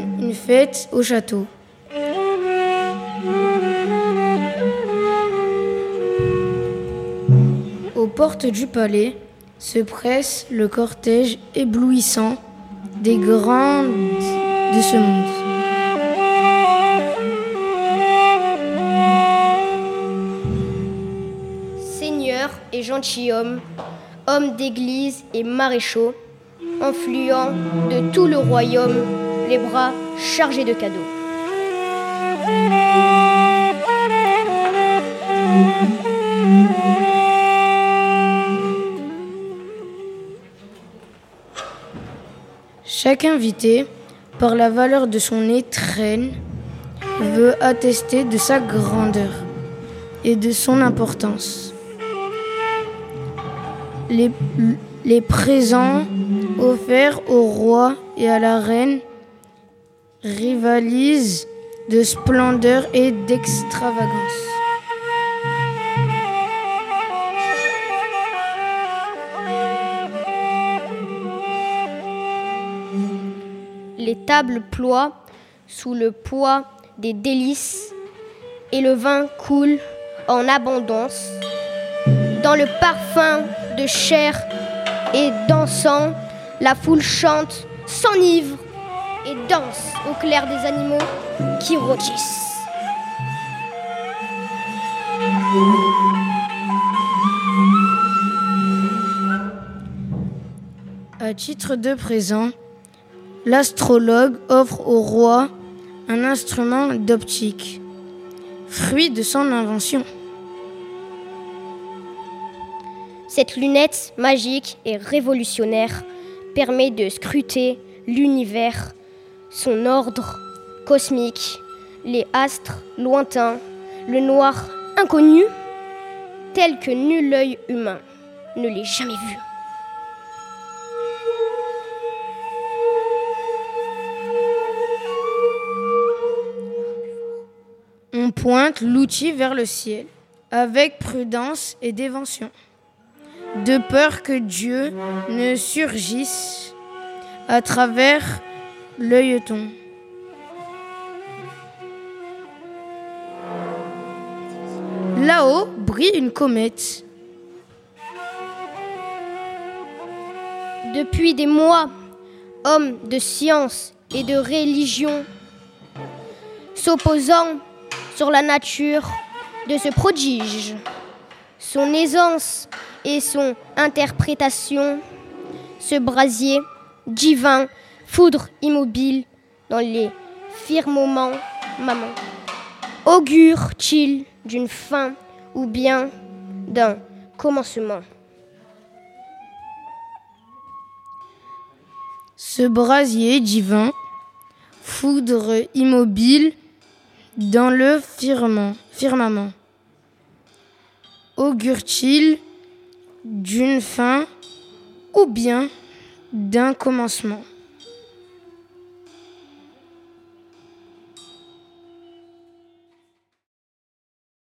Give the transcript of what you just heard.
donne une fête au château. Aux portes du palais se presse le cortège éblouissant des grands de ce monde. Seigneurs et gentilshommes, hommes d'église et maréchaux, enfluant de tout le royaume, les bras chargés de cadeaux. Chaque invité, par la valeur de son étrenne, veut attester de sa grandeur et de son importance. Les présents offerts au roi et à la reine rivalisent de splendeur et d'extravagance. Les tables ploient sous le poids des délices et le vin coule en abondance. Dans le parfum de chair et d'encens, la foule chante, s'enivre et danse au clair des animaux qui rôtissent. À titre de présent, l'astrologue offre au roi un instrument d'optique, fruit de son invention. Cette lunette magique et révolutionnaire permet de scruter l'univers, son ordre cosmique, les astres lointains, le noir inconnu, tel que nul œil humain ne l'ait jamais vu. On pointe l'outil vers le ciel, avec prudence et dévention, de peur que Dieu ne surgisse à travers l'œilleton. Là-haut brille une comète. Depuis des mois, hommes de science et de religion, s'opposant sur la nature de ce prodige, son aisance et son interprétation, ce brasier divin, foudre immobile dans les firmaments, augure-t-il d'une fin ou bien d'un commencement? Ce brasier divin, foudre immobile dans le firmament, augure-t-il d'une fin ou bien d'un commencement?